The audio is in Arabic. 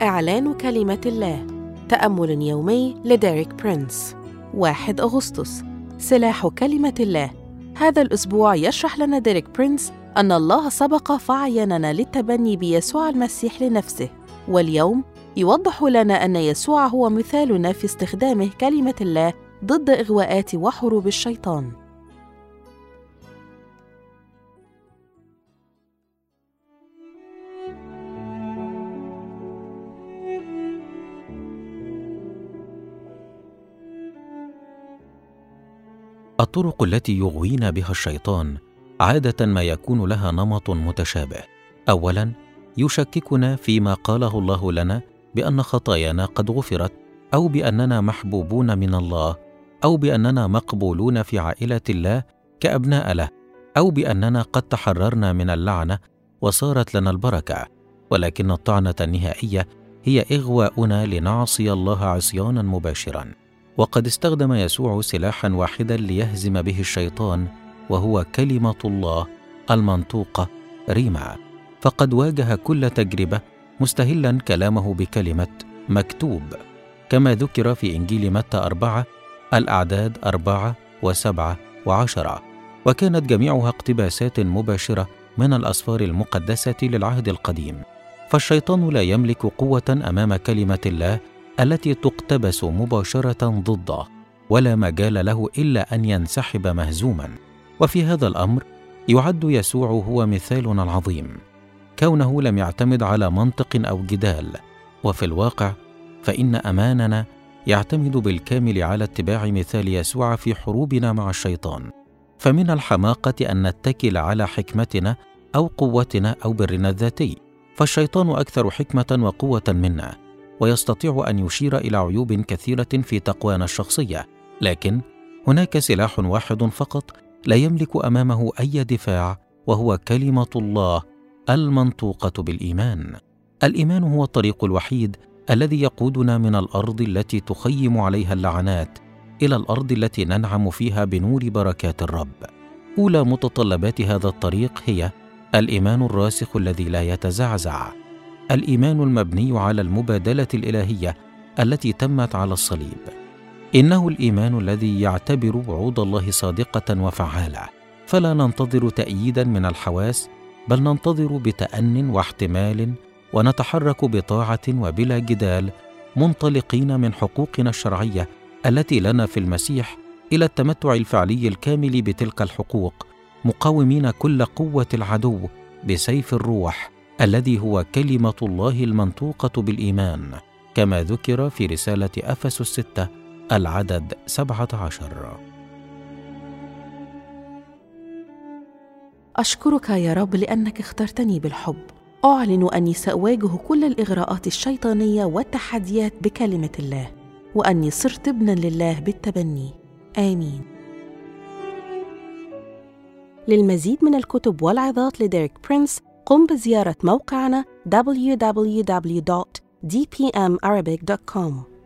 إعلان كلمة الله. تأمل يومي لديريك برينس. 1 أغسطس. سلاح كلمة الله. هذا الأسبوع يشرح لنا ديريك برينس أن الله سبق فعيننا للتبني بيسوع المسيح لنفسه، واليوم يوضح لنا أن يسوع هو مثالنا في استخدامه كلمة الله ضد إغواءات وحروب الشيطان. الطرق التي يغوينا بها الشيطان عادة ما يكون لها نمط متشابه. أولاً، يشككنا فيما قاله الله لنا بأن خطايانا قد غفرت، أو بأننا محبوبون من الله، أو بأننا مقبولون في عائلة الله كأبناء له، أو بأننا قد تحررنا من اللعنة وصارت لنا البركة. ولكن الطعنة النهائية هي إغواؤنا لنعصي الله عصياناً مباشراً. وقد استخدم يسوع سلاحاً واحداً ليهزم به الشيطان، وهو كلمة الله المنطوقة ريما. فقد واجه كل تجربة مستهلاً كلامه بكلمة مكتوب، كما ذكر في إنجيل متى 4 الأعداد 4 و7 و10، وكانت جميعها اقتباسات مباشرة من الأسفار المقدسة للعهد القديم. فالشيطان لا يملك قوة أمام كلمة الله التي تقتبس مباشرة ضده، ولا مجال له إلا أن ينسحب مهزوما. وفي هذا الأمر يعد يسوع هو مثالنا العظيم، كونه لم يعتمد على منطق أو جدال. وفي الواقع فإن أماننا يعتمد بالكامل على اتباع مثال يسوع في حروبنا مع الشيطان. فمن الحماقة أن نتكل على حكمتنا أو قوتنا أو برنا الذاتي، فالشيطان أكثر حكمة وقوة منا، ويستطيع أن يشير إلى عيوب كثيرة في تقوانا الشخصية. لكن هناك سلاح واحد فقط لا يملك أمامه أي دفاع، وهو كلمة الله المنطوقة بالإيمان. الإيمان هو الطريق الوحيد الذي يقودنا من الأرض التي تخيم عليها اللعنات إلى الأرض التي ننعم فيها بنور بركات الرب. أولى متطلبات هذا الطريق هي الإيمان الراسخ الذي لا يتزعزع، الإيمان المبني على المبادلة الإلهية التي تمت على الصليب. إنه الإيمان الذي يعتبر وعود الله صادقة وفعالة، فلا ننتظر تأييدا من الحواس، بل ننتظر بتأن واحتمال، ونتحرك بطاعة وبلا جدال، منطلقين من حقوقنا الشرعية التي لنا في المسيح إلى التمتع الفعلي الكامل بتلك الحقوق، مقاومين كل قوة العدو بسيف الروح الذي هو كلمة الله المنطوقة بالإيمان، كما ذكر في رسالة أفسس 6 العدد 17. أشكرك يا رب لأنك اخترتني بالحب. أعلن أني سأواجه كل الإغراءات الشيطانية والتحديات بكلمة الله، وأني صرت ابنا لله بالتبني. آمين. للمزيد من الكتب والعظات لديريك برينس قم بزيارة موقعنا www.dpmarabic.com.